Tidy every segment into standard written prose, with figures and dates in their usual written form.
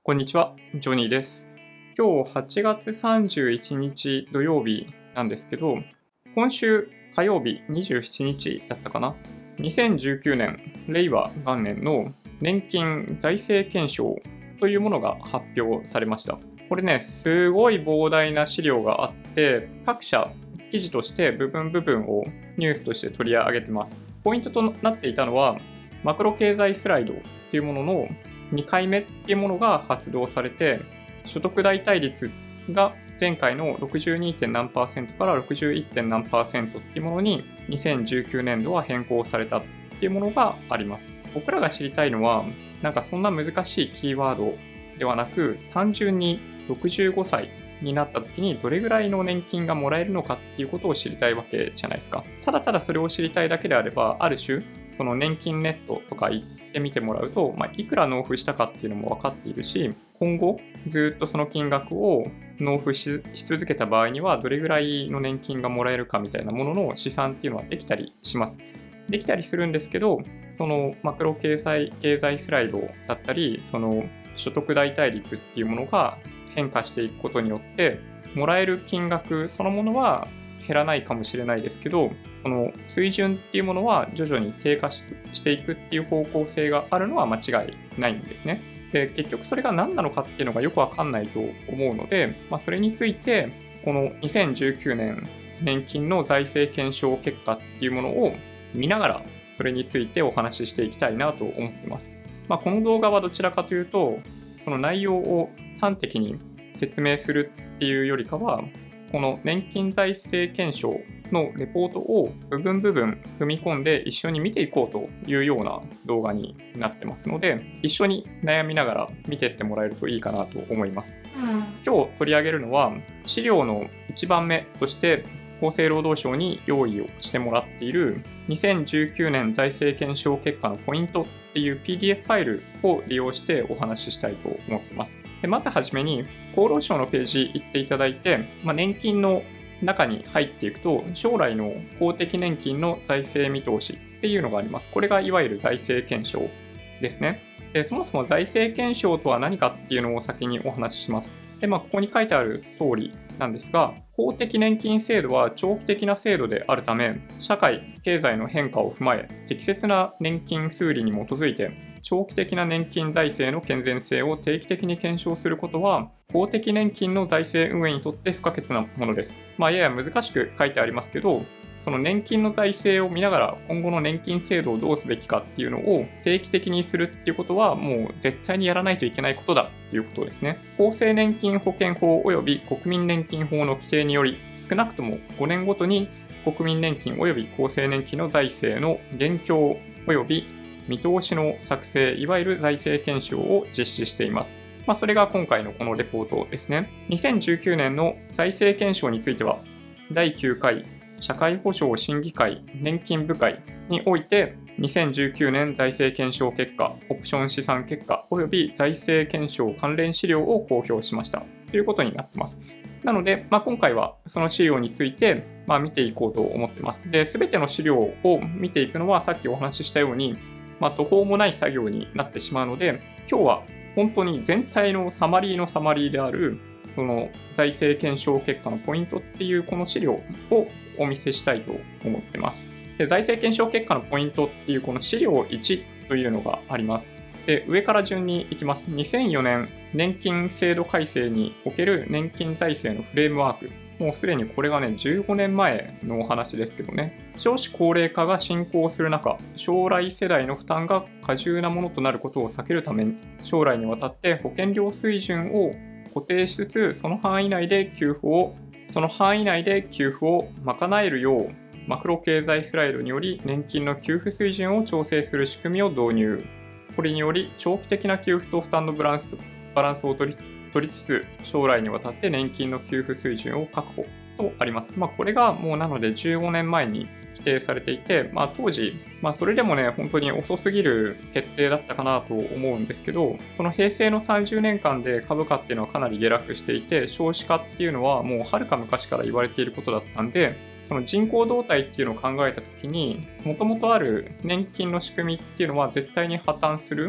こんにちは、ジョニーです。今日8月31日土曜日なんですけど、今週火曜日27日だったかな。2019年令和元年の年金財政検証というものが発表されました。これね、すごい膨大な資料があって、各社記事として部分をニュースとして取り上げてます。ポイントとなっていたのは、マクロ経済スライドっていうものの2回目っていうものが発動されて、所得代替率が前回の 62. 何%から 61. 何%っていうものに2019年度は変更されたっていうものがあります。僕らが知りたいのは、なんかそんな難しいキーワードではなく、単純に65歳になった時にどれぐらいの年金がもらえるのかっていうことを知りたいわけじゃないですか。ただただそれを知りたいだけであれば、ある種、その年金ネットとか行ってみてもらうと、いくら納付したかっていうのも分かっているし、今後ずっとその金額を納付し続けた場合にはどれぐらいの年金がもらえるかみたいなものの試算っていうのはできたりします。できたりするんですけど、そのマクロ経済スライドだったり、その所得代替率っていうものが変化していくことによって、もらえる金額そのものは減らないかもしれないですけど、その水準っていうものは徐々に低下していくっていう方向性があるのは間違いないんですね。で、結局それが何なのかっていうのがよくわかんないと思うので、それについて、この2019年年金の財政検証結果っていうものを見ながら、それについてお話ししていきたいなと思っています。この動画はどちらかというと、その内容を端的に説明するっていうよりかは、この年金財政検証のレポートを部分踏み込んで一緒に見ていこうというような動画になってますので、一緒に悩みながら見ていってもらえるといいかなと思います。今日取り上げるのは、資料の1番目として厚生労働省に用意をしてもらっている2019年財政検証結果のポイントっていう PDF ファイルを利用してお話ししたいと思っています。でまずはじめに厚労省のページ行っていただいて、年金の中に入っていくと将来の公的年金の財政見通しっていうのがあります。これがいわゆる財政検証ですね。でそもそも財政検証とは何かっていうのを先にお話しします。でここに書いてある通りなんですが、公的年金制度は長期的な制度であるため、社会・経済の変化を踏まえ、適切な年金数理に基づいて、長期的な年金財政の健全性を定期的に検証することは、公的年金の財政運営にとって不可欠なものです。やや難しく書いてありますけど、その年金の財政を見ながら今後の年金制度をどうすべきかっていうのを定期的にするっていうことはもう絶対にやらないといけないことだっていうことですね。厚生年金保険法及び国民年金法の規定により少なくとも5年ごとに国民年金及び厚生年金の財政の現況及び見通しの作成、いわゆる財政検証を実施しています。それが今回のこのレポートですね。2019年の財政検証については第9回社会保障審議会年金部会において2019年財政検証結果、オプション試算結果及び財政検証関連資料を公表しましたということになっています。なので、今回はその資料について見ていこうと思っています。で、すべての資料を見ていくのはさっきお話ししたように、途方もない作業になってしまうので、今日は本当に全体のサマリーであるその財政検証結果のポイントっていうこの資料をお見せしたいと思っています。で、財政検証結果のポイントっていうこの資料1というのがあります。で、上から順にいきます。2004年年金制度改正における年金財政のフレームワーク。もうすでにこれがね、15年前のお話ですけどね。少子高齢化が進行する中、将来世代の負担が過重なものとなることを避けるために、将来にわたって保険料水準を固定しつつ、その範囲内で給付を賄えるよう、マクロ経済スライドにより年金の給付水準を調整する仕組みを導入。これにより長期的な給付と負担のバランスを取りつつ、将来にわたって年金の給付水準を確保とあります。これがもうなので15年前に規定されていて、当時、それでもね、本当に遅すぎる決定だったかなと思うんですけど、その平成の30年間で株価っていうのはかなり下落していて、少子化っていうのはもうはるか昔から言われていることだったんで、その人口動態っていうのを考えたときに、もともとある年金の仕組みっていうのは絶対に破綻する。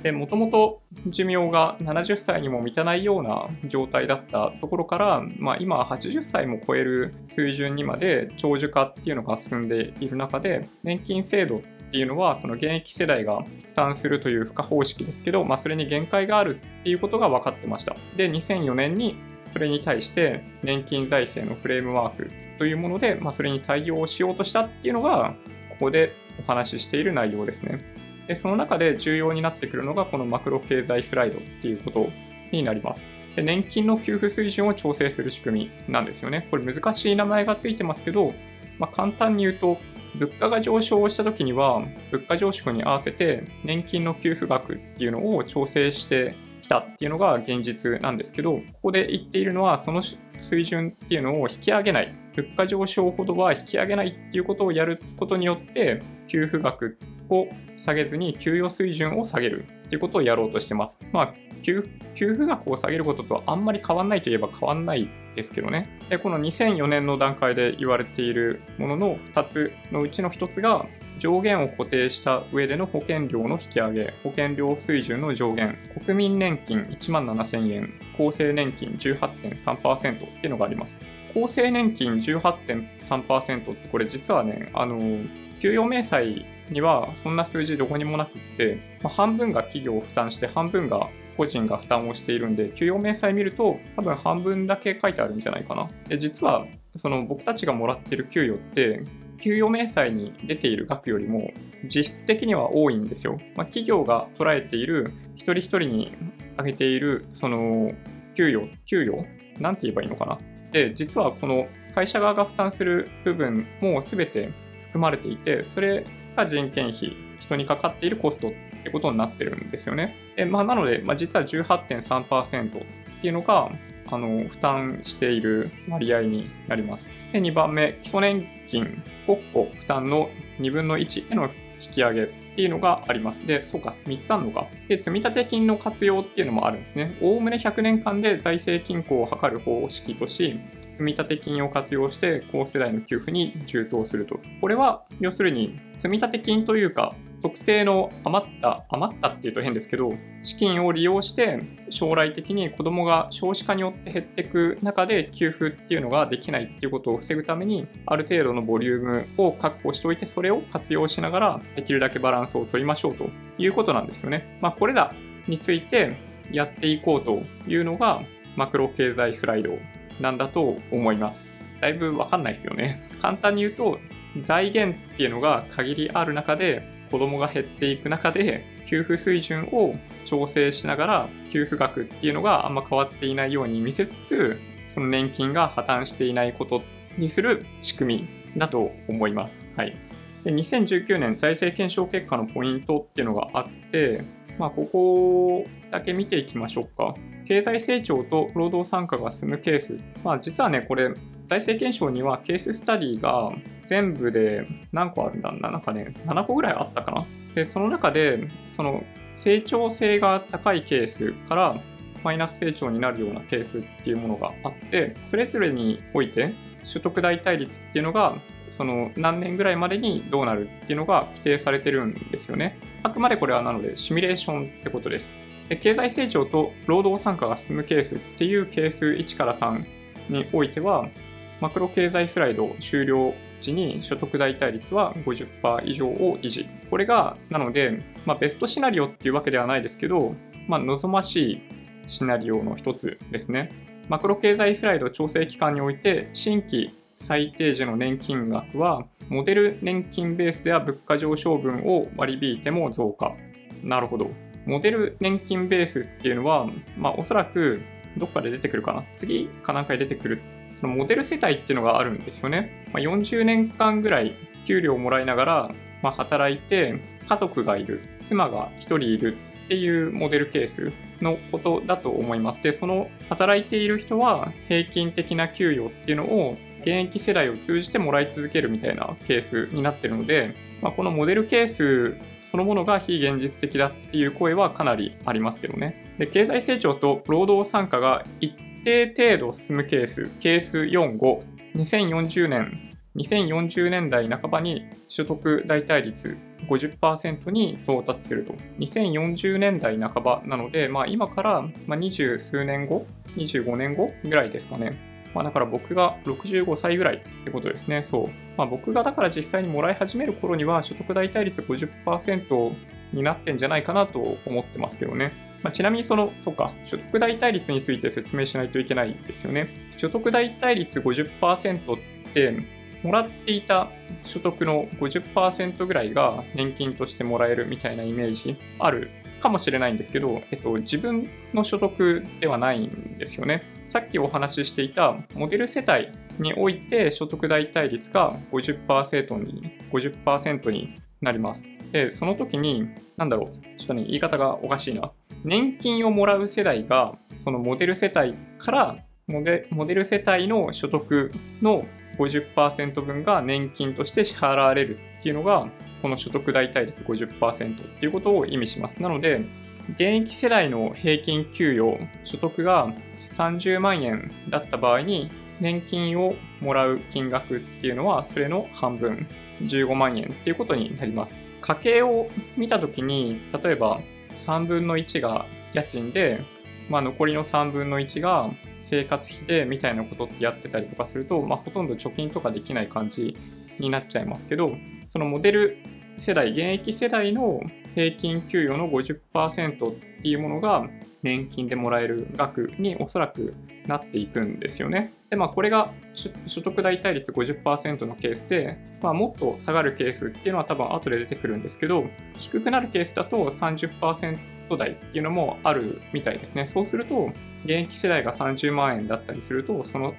で、もともと寿命が70歳にも満たないような状態だったところから、今は80歳も超える水準にまで長寿化っていうのが進んでいる中で、年金制度っていうのはその現役世代が負担するという付加方式ですけど、それに限界があるっていうことが分かってました。で、2004年にそれに対して年金財政のフレームワークというもので、それに対応しようとしたっていうのが、ここでお話ししている内容ですね。で、その中で重要になってくるのがこのマクロ経済スライドっていうことになります。で、年金の給付水準を調整する仕組みなんですよね。これ難しい名前がついてますけど、簡単に言うと、物価が上昇した時には、物価上昇に合わせて年金の給付額っていうのを調整してきたっていうのが現実なんですけど、ここで言っているのは、その水準っていうのを引き上げない。物価上昇ほどは引き上げないっていうことをやることによって、給付額を下げずに給与水準を下げるっていうことをやろうとしてます。給付額を下げることとはあんまり変わんないといえば変わんないですけどね。で、この2004年の段階で言われているものの2つのうちの1つが、上限を固定した上での保険料の引き上げ、保険料水準の上限、国民年金1万7000円、厚生年金 18.3% っていうのがあります。厚生年金 18.3% ってこれ実はね、給与明細にはそんな数字どこにもなくって、半分が企業を負担して半分が個人が負担をしているんで、給与明細見ると多分半分だけ書いてあるんじゃないかな。で、実はその僕たちがもらってる給与って給与明細に出ている額よりも実質的には多いんですよ。企業が捉えている一人一人に上げているその給与なんて言えばいいのかな。で、実はこの会社側が負担する部分も全て含まれていて、それが人件費、人にかかっているコストってことになってるんですよね。で、なので、実は 18.3% っていうのが負担している割合になります。で、2番目、基礎年金国庫負担の2分の1への引き上げっていうのがあります。で、そうか、3つあるのか。で、積立金の活用っていうのもあるんですね。おおむね100年間で財政均衡を図る方式とし、積立金を活用して高世代の給付に充当すると。これは要するに積立金というか特定の余ったっていうと変ですけど、資金を利用して将来的に子供が少子化によって減っていく中で給付っていうのができないっていうことを防ぐために、ある程度のボリュームを確保しておいて、それを活用しながらできるだけバランスを取りましょうということなんですよね。これらについてやっていこうというのがマクロ経済スライドなんだと思います。だいぶわかんないですよね。簡単に言うと、財源っていうのが限りある中で、子供が減っていく中で、給付水準を調整しながら、給付額っていうのがあんま変わっていないように見せつつ、その年金が破綻していないことにする仕組みだと思います。はい。で、2019年財政検証結果のポイントっていうのがあって、ここだけ見ていきましょうか。経済成長と労働参加が進むケース。実はね、これ、財政検証にはケーススタディが全部で何個あるんだ7個ぐらいあったかな。で、その中で、その成長性が高いケースからマイナス成長になるようなケースっていうものがあって、それぞれにおいて所得代替率っていうのが、その何年ぐらいまでにどうなるっていうのが規定されてるんですよね。あくまでこれはなのでシミュレーションってことです。で、経済成長と労働参加が進むケースっていうケース1から3においては、マクロ経済スライド終了時に所得代替率は 50% 以上を維持。これが、なので、ベストシナリオっていうわけではないですけど、望ましいシナリオの一つですね。マクロ経済スライド調整期間において、新規最低時の年金額は、モデル年金ベースでは物価上昇分を割り引いても増加。なるほど。モデル年金ベースっていうのは、おそらくどっかで出てくるかな。次かなんかで出てくる。そのモデル世帯っていうのがあるんですよね。40年間ぐらい給料をもらいながら、働いて家族がいる、妻が1人いるっていうモデルケースのことだと思います。で、その働いている人は平均的な給与っていうのを現役世代を通じてもらい続けるみたいなケースになってるので、このモデルケースそのものが非現実的だっていう声はかなりありますけどね。で、経済成長と労働参加が一定程度進むケース4、5、2040年 2040年代半ばに所得代替率 50% に到達すると。2040年代半ばなので、今から20数年後、25年後ぐらいですかね。だから僕が65歳ぐらいってことですね。そう。僕がだから実際にもらい始める頃には所得代替率 50% になってんじゃないかなと思ってますけどね。ちなみに所得代替率について説明しないといけないですよね。所得代替率 50% って、もらっていた所得の 50% ぐらいが年金としてもらえるみたいなイメージあるかもしれないんですけど、自分の所得ではないんですよね。さっきお話ししていたモデル世帯において所得代替率が 50% になります。で、その時に、ちょっとね、言い方がおかしいな。年金をもらう世代が、そのモデル世帯からモデル世帯の所得の 50% 分が年金として支払われるっていうのが、この所得代替率 50% っていうことを意味します。なので、現役世代の平均給与、所得が30万円だった場合に、年金をもらう金額っていうのは、それの半分、15万円っていうことになります。家計を見たときに、例えば3分の1が家賃で、残りの3分の1が生活費でみたいなことってやってたりとかすると、ほとんど貯金とかできない感じになっちゃいますけど、そのモデル世代、現役世代の平均給与の 50% っていうものが年金でもらえる額におそらくなっていくんですよね。で、これが所得代替率 50% のケースで、もっと下がるケースっていうのは多分後で出てくるんですけど、低くなるケースだと 30% 台っていうのもあるみたいですね。そうすると、現役世代が30万円だったりすると、その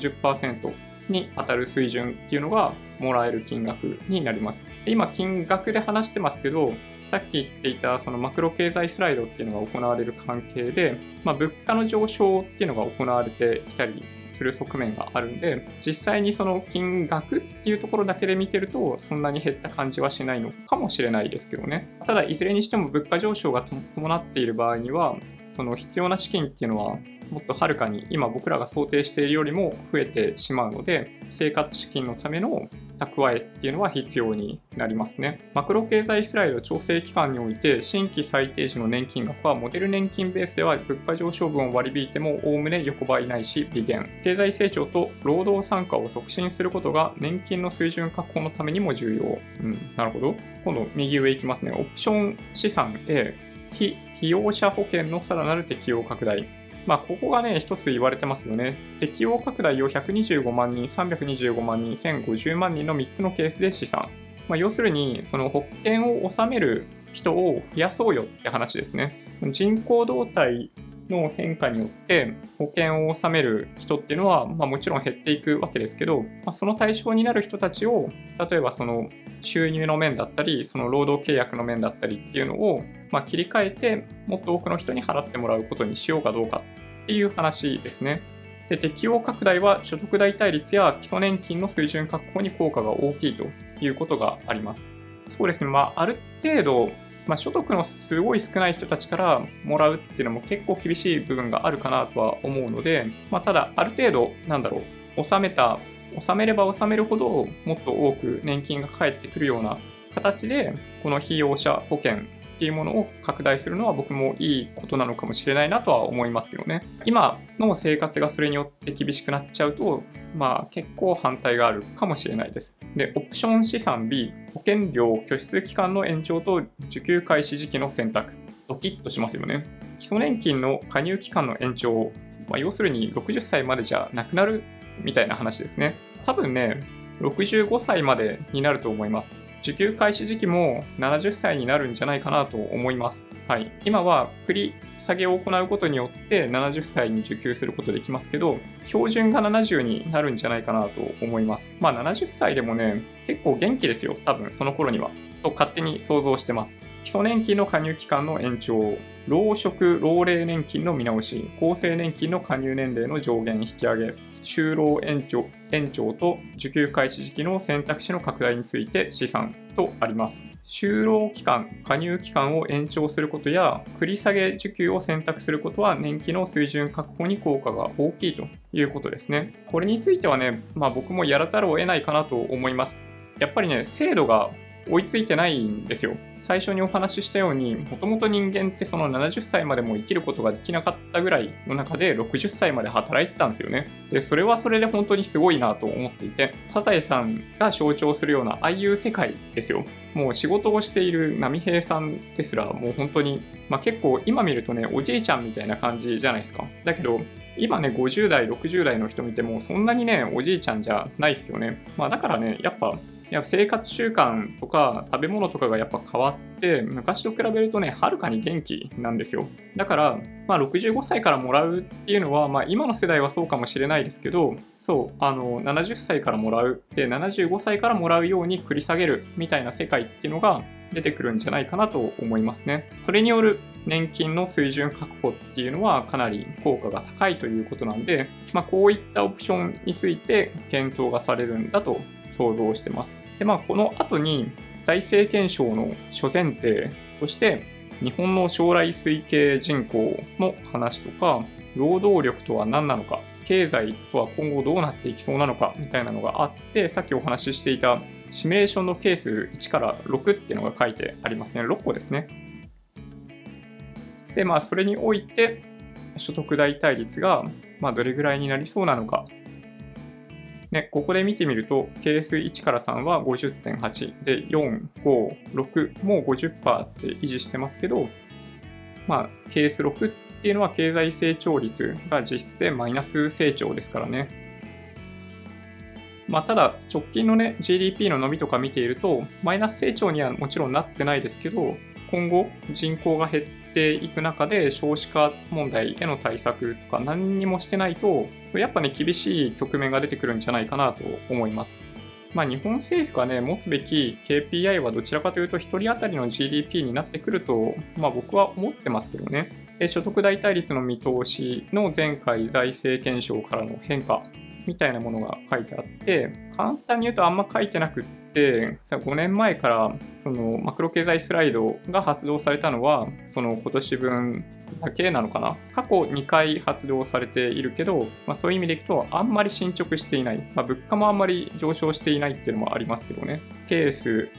30% に当たる水準っていうのがもらえる金額になります。で、今、金額で話してますけど、さっき言っていたそのマクロ経済スライドっていうのが行われる関係で、物価の上昇っていうのが行われていたりする側面があるんで、実際にその金額っていうところだけで見てると、そんなに減った感じはしないのかもしれないですけどね。ただ、いずれにしても物価上昇が伴っている場合には、その必要な資金っていうのは、もっとはるかに今僕らが想定しているよりも増えてしまうので、生活資金のための蓄えっていうのは必要になりますね。マクロ経済スライド調整期間において、新規最低時の年金額はモデル年金ベースでは物価上昇分を割り引いてもおおむね横ばいないし微減。経済成長と労働参加を促進することが年金の水準確保のためにも重要。なるほど。今度右上いきますね。オプション資産 A、非被用者保険のさらなる適用拡大。ここがね、一つ言われてますよね。適用拡大を125万人、325万人、1050万人の3つのケースで試算。要するに、その保険を納める人を増やそうよって話ですね。人口動態の変化によって保険を納める人っていうのは、もちろん減っていくわけですけど、その対象になる人たちを、例えばその収入の面だったり、その労働契約の面だったりっていうのを、切り替えて、もっと多くの人に払ってもらうことにしようかどうかっていう話ですね。で、適用拡大は所得代替率や基礎年金の水準確保に効果が大きいということがあります。そうですね、ある程度、所得のすごい少ない人たちからもらうっていうのも結構厳しい部分があるかなとは思うので、ただ、ある程度、納めれば納めるほどもっと多く年金が返ってくるような形で、この被用者保険っていうものを拡大するのは僕もいいことなのかもしれないなとは思いますけどね。今の生活がそれによって厳しくなっちゃうと、結構反対があるかもしれないです。で、オプション資産 B、保険料拠出期間の延長と受給開始時期の選択。ドキッとしますよね。基礎年金の加入期間の延長、要するに60歳までじゃなくなるみたいな話ですね。多分ね、65歳までになると思います。受給開始時期も70歳になるんじゃないかなと思います。はい。今は繰り下げを行うことによって70歳に受給することできますけど、標準が70になるんじゃないかなと思います。70歳でもね、結構元気ですよ。多分その頃には。と勝手に想像してます。基礎年金の加入期間の延長、老職老齢年金の見直し、厚生年金の加入年齢の上限引き上げ、就労延長と受給開始時期の選択肢の拡大について試算。 とあります。就労期間、加入期間を延長することや、繰り下げ受給を選択することは年金の水準確保に効果が大きいということですね。これについてはね、僕もやらざるを得ないかなと思います。やっぱりね、制度が追いついてないんですよ。最初にお話ししたように、もともと人間ってその70歳までも生きることができなかったぐらいの中で60歳まで働いてたんですよね。で、それはそれで本当にすごいなと思っていて、サザエさんが象徴するようなああいう世界ですよ。もう仕事をしている波平さんですら、もう本当に、結構今見るとね、おじいちゃんみたいな感じじゃないですか。だけど、今ね、50代、60代の人見ても、そんなにね、おじいちゃんじゃないですよね。だからね、やっぱ生活習慣とか食べ物とかがやっぱ変わって、昔と比べるとね、はるかに元気なんですよ。だから、65歳からもらうっていうのは、今の世代はそうかもしれないですけど、そう、70歳からもらう、で、75歳からもらうように繰り下げるみたいな世界っていうのが出てくるんじゃないかなと思いますね。それによる年金の水準確保っていうのはかなり効果が高いということなんで、こういったオプションについて検討がされるんだと想像してます。で、この後に財政検証の諸前提として、日本の将来推計人口の話とか、労働力とは何なのか、経済とは今後どうなっていきそうなのかみたいなのがあって、さっきお話ししていたシミュレーションのケース1から6っていうのが書いてありますね。6個ですね。で、それにおいて所得代替率がどれぐらいになりそうなのか。ね、ここで見てみると、ケース1から3は 50.8 で、4、5、6も 50% って維持してますけど、ケース6っていうのは経済成長率が実質でマイナス成長ですからね。ただ、直近のね、GDP の伸びとか見ていると、マイナス成長にはもちろんなってないですけど、今後人口が減っていく中で少子化問題への対策とか何にもしてないと、やっぱね、厳しい局面が出てくるんじゃないかなと思います。日本政府がね、持つべき KPI はどちらかというと、1人当たりの GDP になってくると、僕は思ってますけどね。所得代替率の見通しの前回財政検証からの変化みたいなものが書いてあって、簡単に言うとあんま書いてなくって、5年前からそのマクロ経済スライドが発動されたのは、その今年分だけなのかな。過去2回発動されているけど、そういう意味でいくとあんまり進捗していない。物価もあんまり上昇していないっていうのもありますけどね。ケース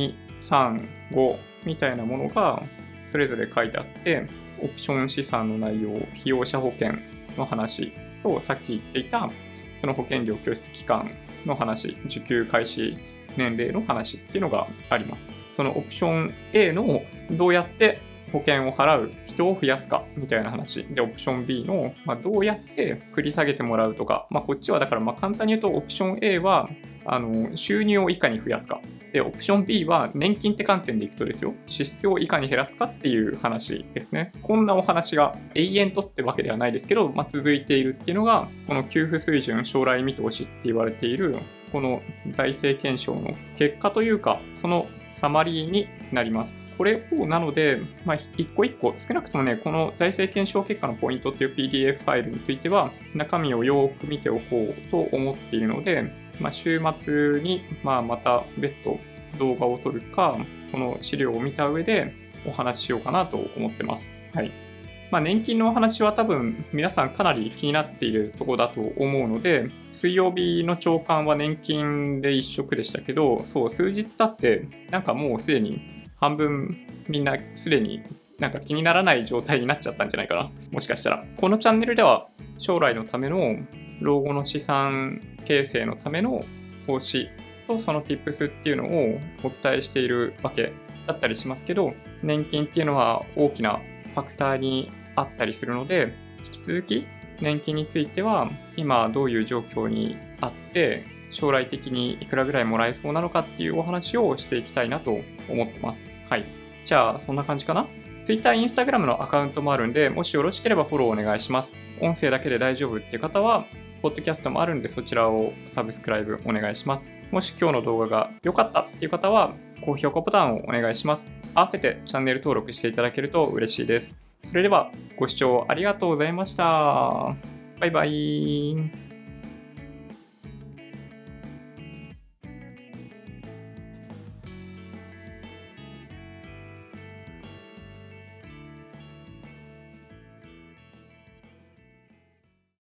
2、3、5みたいなものがそれぞれ書いてあって、オプション資産の内容、被用者保険の話と、さっき言っていたその保険料拠出期間の話、受給開始年齢の話っていうのがあります。そのオプション A のどうやって保険を払う人を増やすかみたいな話で、オプション B のどうやって繰り下げてもらうとか、こっちはだから簡単に言うとオプション A は収入をいかに増やすか。で、オプション B は年金って観点でいくとですよ、支出をいかに減らすかっていう話ですね。こんなお話が永遠とってわけではないですけど、続いているっていうのが、この給付水準将来見通しって言われている、この財政検証の結果というか、そのサマリーになります。これをなので、一個一個、少なくともね、この財政検証結果のポイントっていう PDF ファイルについては、中身をよく見ておこうと思っているので、週末に、また別途動画を撮るか、この資料を見た上でお話ししようかなと思ってます。はい。年金のお話は多分皆さんかなり気になっているところだと思うので、水曜日の朝刊は年金で一色でしたけど、そう、数日経ってもうすでに半分みんなすでに気にならない状態になっちゃったんじゃないかな。もしかしたら。このチャンネルでは将来のための老後の資産形成のための投資とその Tips っていうのをお伝えしているわけだったりしますけど、年金っていうのは大きなファクターにあったりするので、引き続き年金については今どういう状況にあって将来的にいくらぐらいもらえそうなのかっていうお話をしていきたいなと思ってます。はい。じゃあそんな感じかな。Twitter、Instagram のアカウントもあるんで、もしよろしければフォローお願いします。音声だけで大丈夫っていう方は、ポッドキャストもあるんで、そちらをサブスクライブお願いします。もし今日の動画が良かったっていう方は、高評価ボタンをお願いします。合わせてチャンネル登録していただけると嬉しいです。それでは、ご視聴ありがとうございました。バイバイ。